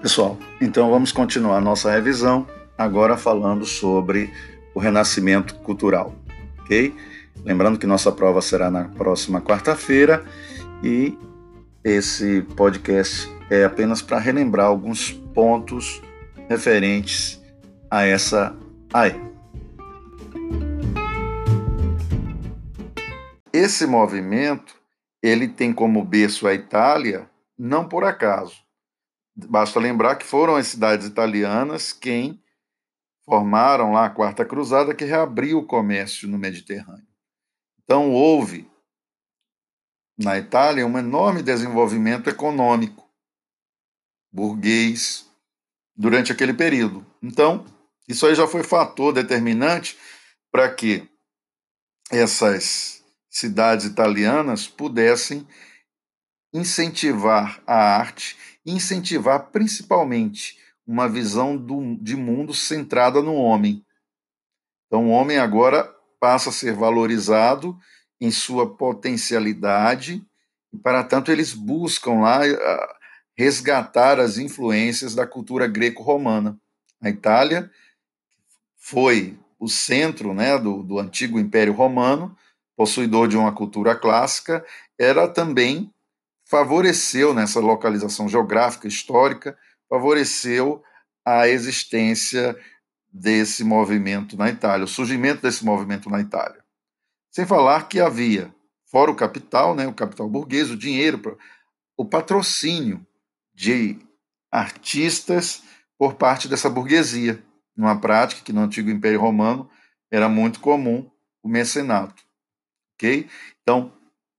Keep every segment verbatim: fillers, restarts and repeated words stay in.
Pessoal, então vamos continuar nossa revisão, agora falando sobre o renascimento cultural, ok? Lembrando que nossa prova será na próxima quarta-feira e esse podcast é apenas para relembrar alguns pontos referentes a essa A E. Esse movimento, ele tem como berço a Itália, não por acaso. Basta lembrar que foram as cidades italianas quem formaram lá a Quarta Cruzada, que reabriu o comércio no Mediterrâneo. Então, houve na Itália um enorme desenvolvimento econômico, burguês, durante aquele período. Então, isso aí já foi fator determinante para que essas cidades italianas pudessem incentivar a arte, incentivar principalmente uma visão do, de mundo centrada no homem. Então, o homem agora passa a ser valorizado em sua potencialidade, e, para tanto, eles buscam lá resgatar as influências da cultura greco-romana. A Itália foi o centro, né, do, do antigo Império Romano, possuidor de uma cultura clássica, era também favoreceu nessa localização geográfica, histórica, favoreceu a existência desse movimento na Itália, o surgimento desse movimento na Itália. Sem falar que havia, fora o capital, né, o capital burguês, o dinheiro, o patrocínio de artistas por parte dessa burguesia, numa prática que no antigo Império Romano era muito comum, o mecenato. Okay? Então,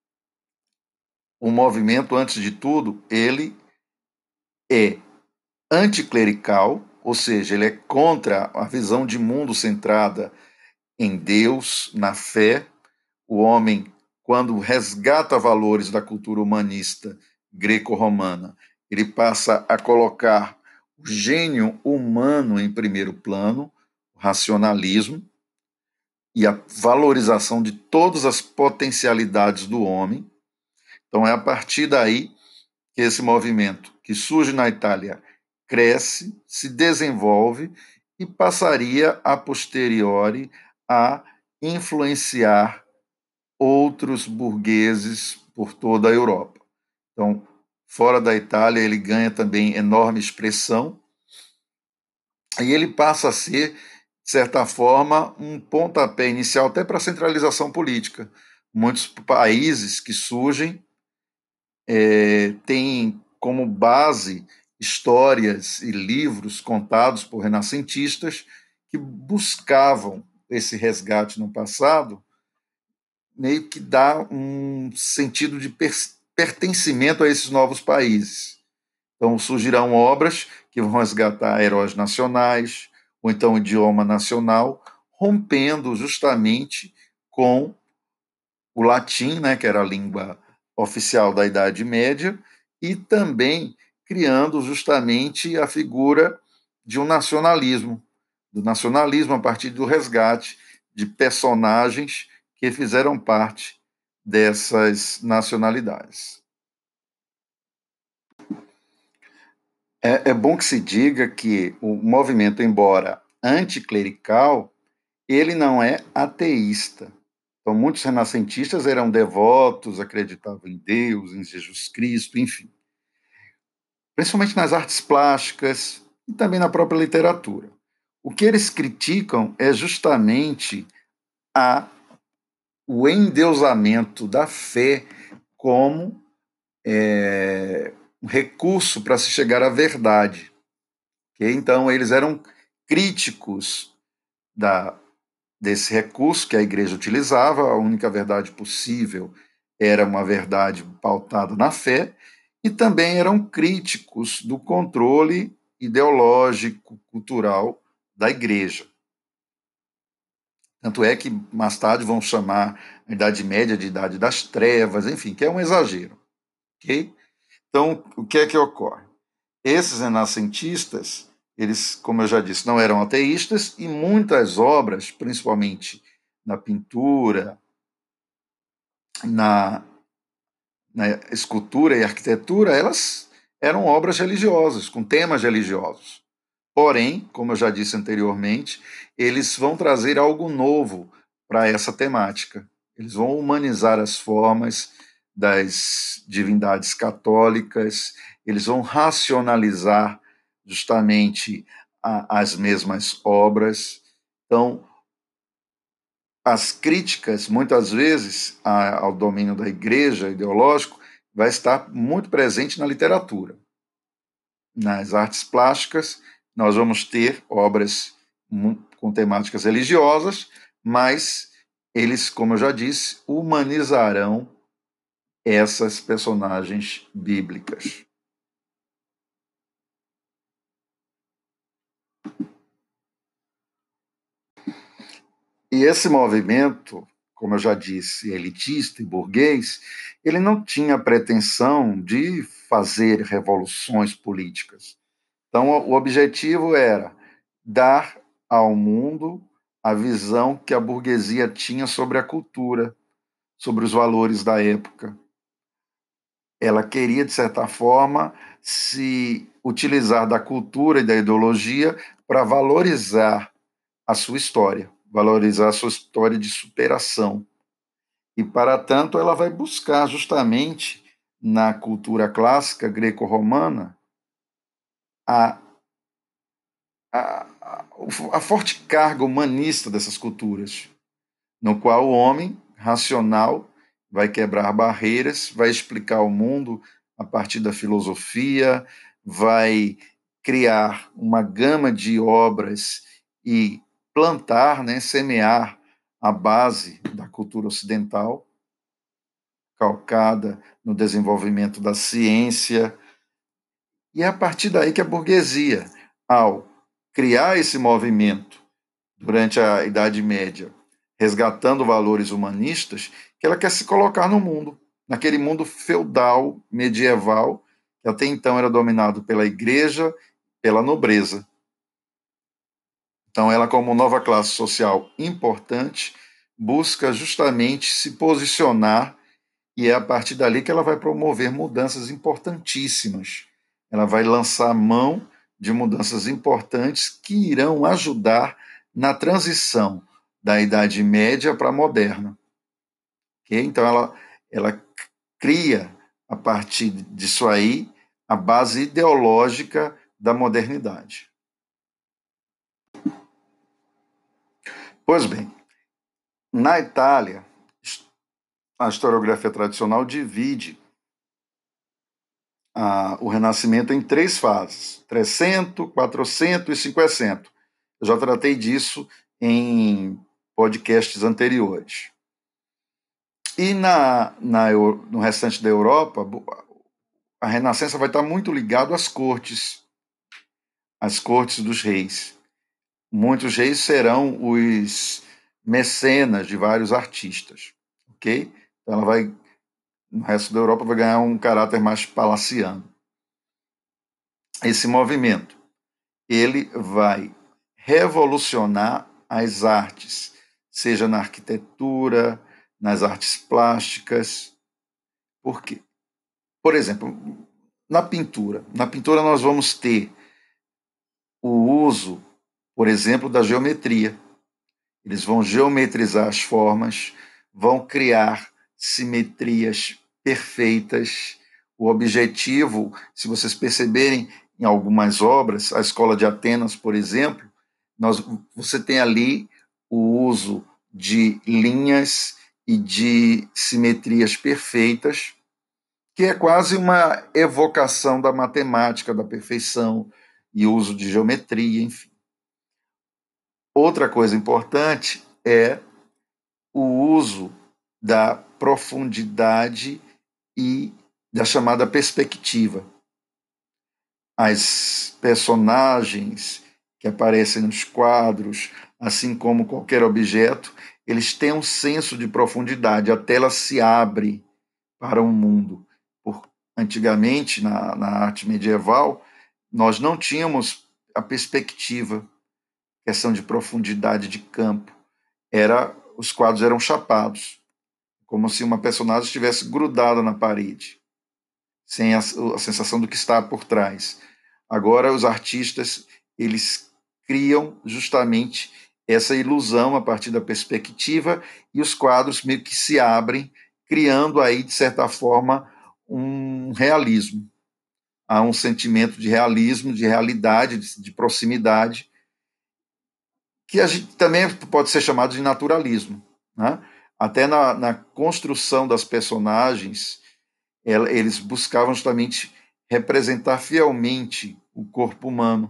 o movimento, antes de tudo, ele é anticlerical, ou seja, ele é contra a visão de mundo centrada em Deus, na fé. O homem, quando resgata valores da cultura humanista greco-romana, ele passa a colocar o gênio humano em primeiro plano, o racionalismo e a valorização de todas as potencialidades do homem. Então é a partir daí que esse movimento, que surge na Itália, cresce, se desenvolve e passaria a posteriori a influenciar outros burgueses por toda a Europa. Então, fora da Itália, ele ganha também enorme expressão e ele passa a ser, de certa forma, um pontapé inicial até para a centralização política. Muitos países que surgem é, têm como base histórias e livros contados por renascentistas que buscavam esse resgate no passado, meio que dá um sentido de pertencimento a esses novos países. Então surgirão obras que vão resgatar heróis nacionais, ou então o idioma nacional, rompendo justamente com o latim, né, que era a língua oficial da Idade Média, e também criando justamente a figura de um nacionalismo, do nacionalismo a partir do resgate de personagens que fizeram parte dessas nacionalidades. É, é bom que se diga que o movimento, embora anticlerical, ele não é ateísta. Então, muitos renascentistas eram devotos, acreditavam em Deus, em Jesus Cristo, enfim. Principalmente nas artes plásticas e também na própria literatura. O que eles criticam é justamente a, o endeusamento da fé como é, um recurso para se chegar à verdade. Okay? Então, eles eram críticos da, desse recurso que a igreja utilizava, a única verdade possível era uma verdade pautada na fé, e também eram críticos do controle ideológico, cultural da igreja. Tanto é que mais tarde vão chamar a Idade Média de Idade das Trevas, enfim, que é um exagero. Okay? Então, o que é que ocorre? Esses renascentistas, eles, como eu já disse, não eram ateístas, e muitas obras, principalmente na pintura, na, na escultura e arquitetura, elas eram obras religiosas, com temas religiosos. Porém, como eu já disse anteriormente, eles vão trazer algo novo para essa temática. Eles vão humanizar as formas das divindades católicas, eles vão racionalizar justamente a, as mesmas obras. Então, as críticas, muitas vezes, a, ao domínio da igreja ideológico, vai estar muito presente na literatura. Nas artes plásticas, nós vamos ter obras com temáticas religiosas, mas eles, como eu já disse, humanizarão essas personagens bíblicas. E esse movimento, como eu já disse, elitista e burguês, ele não tinha pretensão de fazer revoluções políticas. Então, o objetivo era dar ao mundo a visão que a burguesia tinha sobre a cultura, sobre os valores da época. Ela queria, de certa forma, se utilizar da cultura e da ideologia para valorizar a sua história, valorizar a sua história de superação. E, para tanto, ela vai buscar justamente na cultura clássica greco-romana a, a, a, a forte carga humanista dessas culturas, no qual o homem racional vai quebrar barreiras, vai explicar o mundo a partir da filosofia, vai criar uma gama de obras e plantar, né, semear a base da cultura ocidental, calcada no desenvolvimento da ciência. E é a partir daí que a burguesia, ao criar esse movimento durante a Idade Média, resgatando valores humanistas, que ela quer se colocar no mundo, naquele mundo feudal, medieval, que até então era dominado pela igreja, pela nobreza. Então, ela, como nova classe social importante, busca justamente se posicionar, e é a partir dali que ela vai promover mudanças importantíssimas. Ela vai lançar mão de mudanças importantes que irão ajudar na transição da Idade Média para a moderna. Okay? Então, ela, ela cria, a partir disso aí, a base ideológica da modernidade. Pois bem, na Itália, a historiografia tradicional divide a, o Renascimento em três fases: trezentos, quatrocentos e cinquecento. Eu já tratei disso em podcasts anteriores. E na, na, no restante da Europa, a Renascença vai estar muito ligado às cortes, às cortes dos reis. Muitos reis serão os mecenas de vários artistas, ok? Então ela vai, no resto da Europa, vai ganhar um caráter mais palaciano. Esse movimento, ele vai revolucionar as artes, seja na arquitetura, nas artes plásticas. Por quê? Por exemplo, na pintura. Na pintura nós vamos ter o uso, por exemplo, da geometria. Eles vão geometrizar as formas, vão criar simetrias perfeitas. O objetivo, se vocês perceberem em algumas obras, a Escola de Atenas, por exemplo, nós, você tem ali o uso de linhas e de simetrias perfeitas, que é quase uma evocação da matemática, da perfeição e uso de geometria, enfim. Outra coisa importante é o uso da profundidade e da chamada perspectiva. As personagens que aparecem nos quadros, assim como qualquer objeto, eles têm um senso de profundidade, a tela se abre para um mundo. Por, antigamente, na, na arte medieval, nós não tínhamos a perspectiva, questão de profundidade de campo. Era, os quadros eram chapados, como se uma personagem estivesse grudada na parede. sem a, a sensação do que está por trás. Agora, os artistas, eles criam justamente essa ilusão a partir da perspectiva e os quadros meio que se abrem, criando aí, de certa forma, um realismo. Há um sentimento de realismo, de realidade, de, de proximidade, que a gente também pode ser chamado de naturalismo, né? Até na, na construção das personagens, ela, eles buscavam justamente representar fielmente o corpo humano.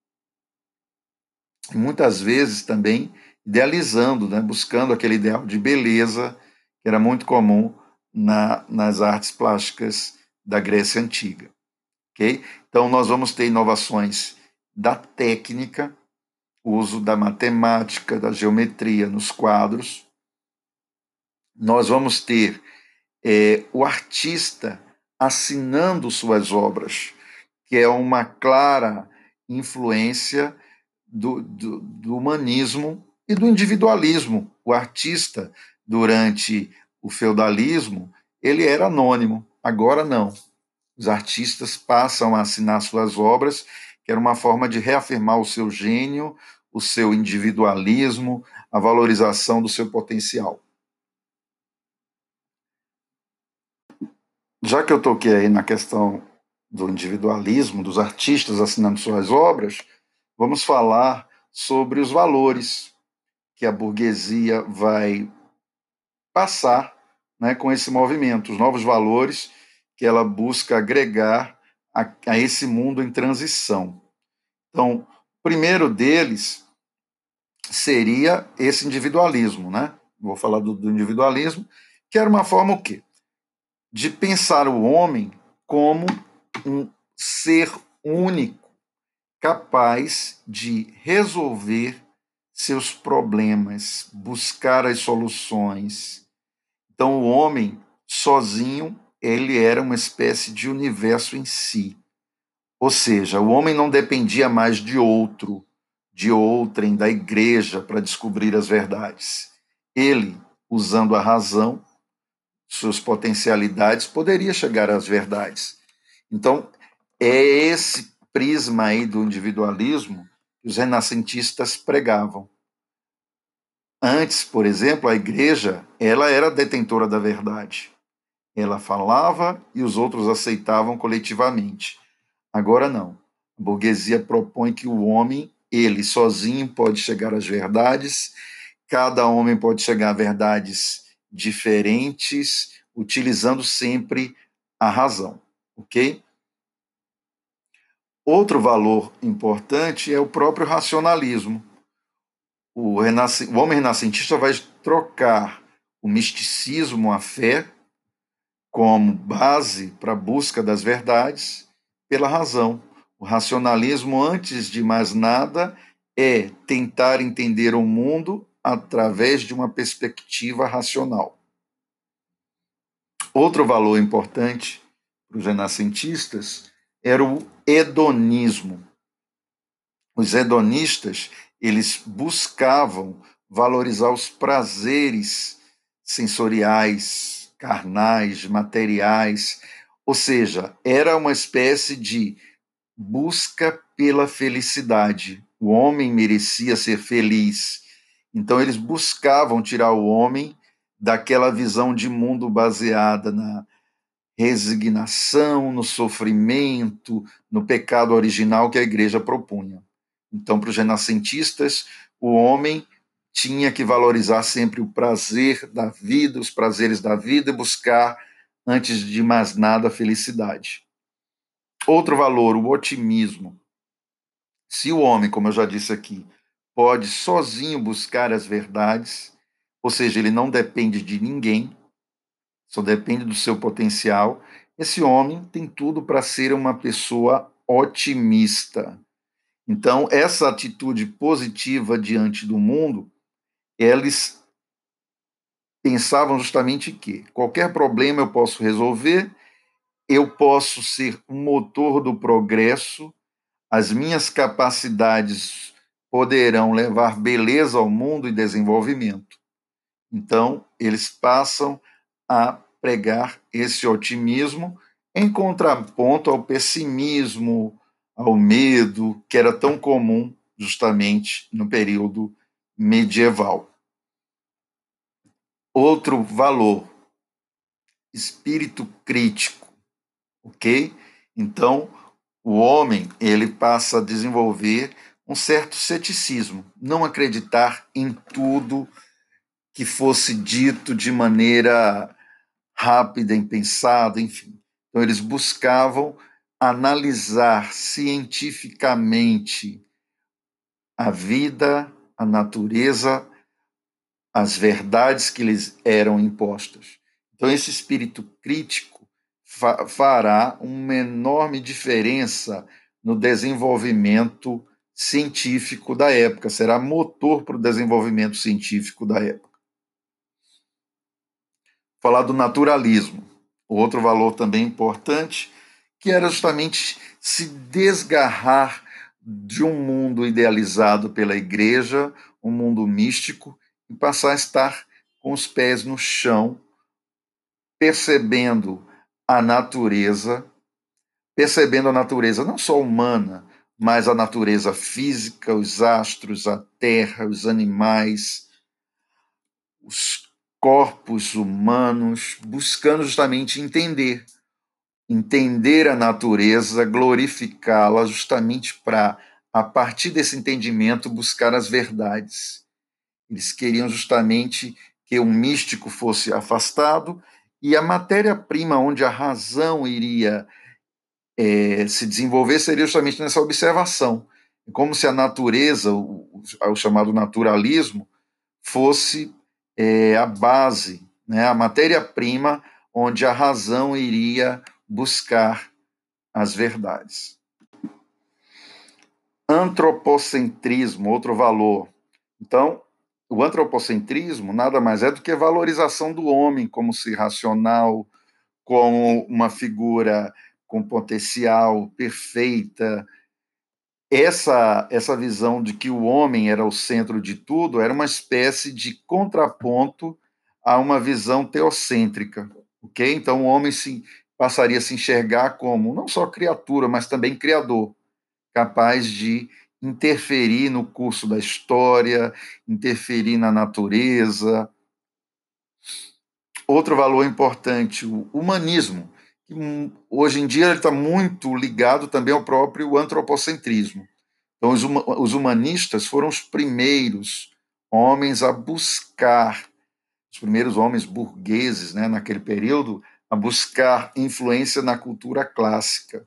E muitas vezes também idealizando, né? Buscando aquele ideal de beleza que era muito comum na, nas artes plásticas da Grécia Antiga. Okay? Então, nós vamos ter inovações da técnica, o uso da matemática, da geometria nos quadros. Nós vamos ter é, o artista assinando suas obras, que é uma clara influência do, do, do humanismo e do individualismo. O artista, durante o feudalismo, ele era anônimo, agora não. Os artistas passam a assinar suas obras, que era uma forma de reafirmar o seu gênio, o seu individualismo, a valorização do seu potencial. Já que eu toquei aí na questão do individualismo, dos artistas assinando suas obras, vamos falar sobre os valores que a burguesia vai passar, né, com esse movimento, os novos valores que ela busca agregar a, a esse mundo em transição. Então, o primeiro deles seria esse individualismo, né? Vou falar do, do individualismo, que era uma forma o quê? De pensar o homem como um ser único, capaz de resolver seus problemas, buscar as soluções. Então, o homem, sozinho, ele era uma espécie de universo em si. Ou seja, o homem não dependia mais de outro, de outrem, da igreja, para descobrir as verdades. Ele, usando a razão, suas potencialidades, poderia chegar às verdades. Então, é esse prisma aí do individualismo que os renascentistas pregavam. Antes, por exemplo, a igreja, ela era detentora da verdade. Ela falava e os outros aceitavam coletivamente. Agora não. A burguesia propõe que o homem, ele sozinho, pode chegar às verdades, cada homem pode chegar a verdades diferentes, utilizando sempre a razão, ok? Outro valor importante é o próprio racionalismo. O, renasc... o homem renascentista vai trocar o misticismo, a fé, como base para a busca das verdades, pela razão. O racionalismo, antes de mais nada, é tentar entender o mundo através de uma perspectiva racional. Outro valor importante para os renascentistas era o hedonismo. Os hedonistas, eles buscavam valorizar os prazeres sensoriais, carnais, materiais, ou seja, era uma espécie de busca pela felicidade. O homem merecia ser feliz. Então, eles buscavam tirar o homem daquela visão de mundo baseada na resignação, no sofrimento, no pecado original que a igreja propunha. Então, para os renascentistas, o homem tinha que valorizar sempre o prazer da vida, os prazeres da vida e buscar, antes de mais nada, a felicidade. Outro valor, o otimismo. Se o homem, como eu já disse aqui, pode sozinho buscar as verdades, ou seja, ele não depende de ninguém, só depende do seu potencial, esse homem tem tudo para ser uma pessoa otimista. Então, essa atitude positiva diante do mundo, eles pensavam justamente que qualquer problema eu posso resolver, eu posso ser um motor do progresso, as minhas capacidades poderão levar beleza ao mundo e desenvolvimento. Então, eles passam a pregar esse otimismo em contraponto ao pessimismo, ao medo, que era tão comum justamente no período medieval. Outro valor, espírito crítico, ok? Então, o homem ele passa a desenvolver um certo ceticismo, não acreditar em tudo que fosse dito de maneira rápida, impensada, enfim. Então, eles buscavam analisar cientificamente a vida, a natureza, as verdades que lhes eram impostas. Então, esse espírito crítico fa fará uma enorme diferença no desenvolvimento científico da época, será motor para o desenvolvimento científico da época. Falar do naturalismo, outro valor também importante, que era justamente se desgarrar de um mundo idealizado pela igreja, um mundo místico, e passar a estar com os pés no chão, percebendo a natureza, percebendo a natureza não só humana, mas a natureza física, os astros, a terra, os animais, os corpos humanos, buscando justamente entender, entender a natureza, glorificá-la, justamente para, a partir desse entendimento, buscar as verdades. Eles queriam justamente que o místico fosse afastado e a matéria-prima onde a razão iria é, se desenvolver seria justamente nessa observação. Como se a natureza, o, o chamado naturalismo, fosse é, a base, né, a matéria-prima onde a razão iria buscar as verdades. Antropocentrismo, outro valor. Então, o antropocentrismo nada mais é do que a valorização do homem como ser racional, como uma figura com potencial perfeita. Essa, essa visão de que o homem era o centro de tudo era uma espécie de contraponto a uma visão teocêntrica, ok? Então o homem se, passaria a se enxergar como não só criatura, mas também criador, capaz de interferir no curso da história, interferir na natureza. Outro valor importante, o humanismo, que hoje em dia ele está muito ligado também ao próprio antropocentrismo. Então, os, os humanistas foram os primeiros homens a buscar, os primeiros homens burgueses, né, naquele período, a buscar influência na cultura clássica,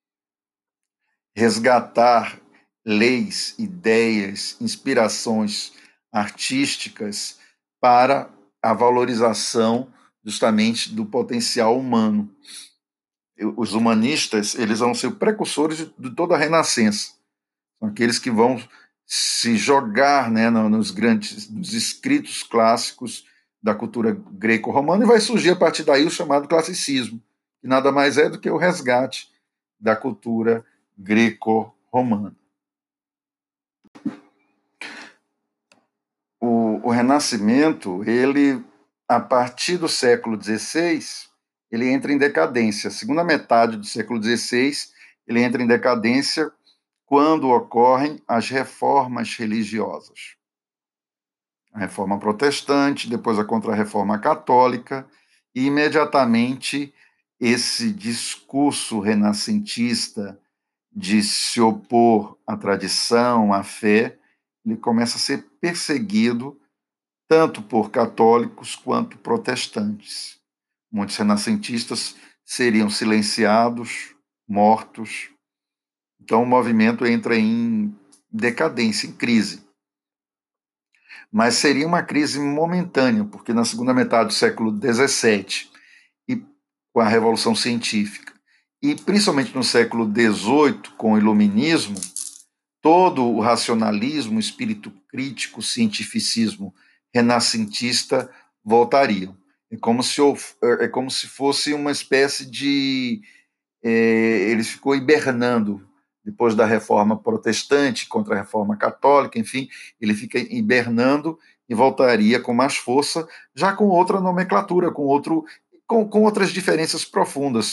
resgatar leis, ideias, inspirações artísticas para a valorização justamente do potencial humano. Os humanistas eles vão ser precursores de toda a Renascença. São aqueles que vão se jogar, né, nos grandes nos escritos clássicos da cultura greco-romana e vai surgir a partir daí o chamado classicismo, que nada mais é do que o resgate da cultura greco-romana. O, o Renascimento, ele, a partir do século dezesseis, ele entra em decadência. A segunda metade do século dezesseis, ele entra em decadência quando ocorrem as reformas religiosas. A reforma protestante, depois a contra-reforma católica, e imediatamente esse discurso renascentista de se opor à tradição, à fé, ele começa a ser perseguido tanto por católicos quanto protestantes. Muitos renascentistas seriam silenciados, mortos. Então o movimento entra em decadência, em crise. Mas seria uma crise momentânea, porque na segunda metade do século dezessete, e com a Revolução Científica, e principalmente no século dezoito, com o Iluminismo, todo o racionalismo, o espírito crítico, o cientificismo renascentista voltariam. É como se, é como se fosse uma espécie de... É, ele ficou hibernando depois da reforma protestante contra a reforma católica, enfim, ele fica hibernando e voltaria com mais força, já com outra nomenclatura, com, outro, com, com outras diferenças profundas.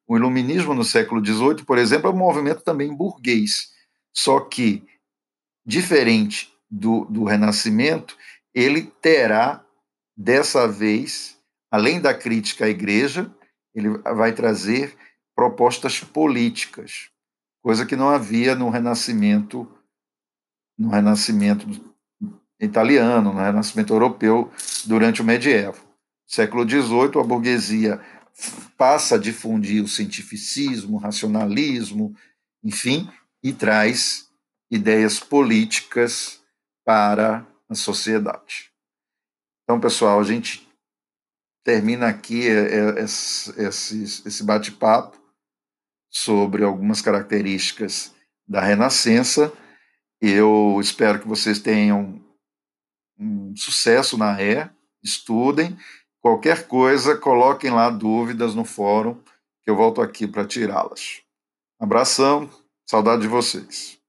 O iluminismo no século dezoito, por exemplo, é um movimento também burguês, só que, diferente do, do Renascimento, ele terá, dessa vez, além da crítica à igreja, ele vai trazer propostas políticas, coisa que não havia no Renascimento, no Renascimento italiano, no Renascimento europeu, durante o medievo. No século dezoito, a burguesia passa a difundir o cientificismo, o racionalismo, enfim, e traz ideias políticas para a sociedade. Então, pessoal, a gente termina aqui esse, esse bate-papo sobre algumas características da Renascença. Eu espero que vocês tenham um sucesso na ré, estudem. Qualquer coisa, coloquem lá dúvidas no fórum, que eu volto aqui para tirá-las. Abração, saudade de vocês.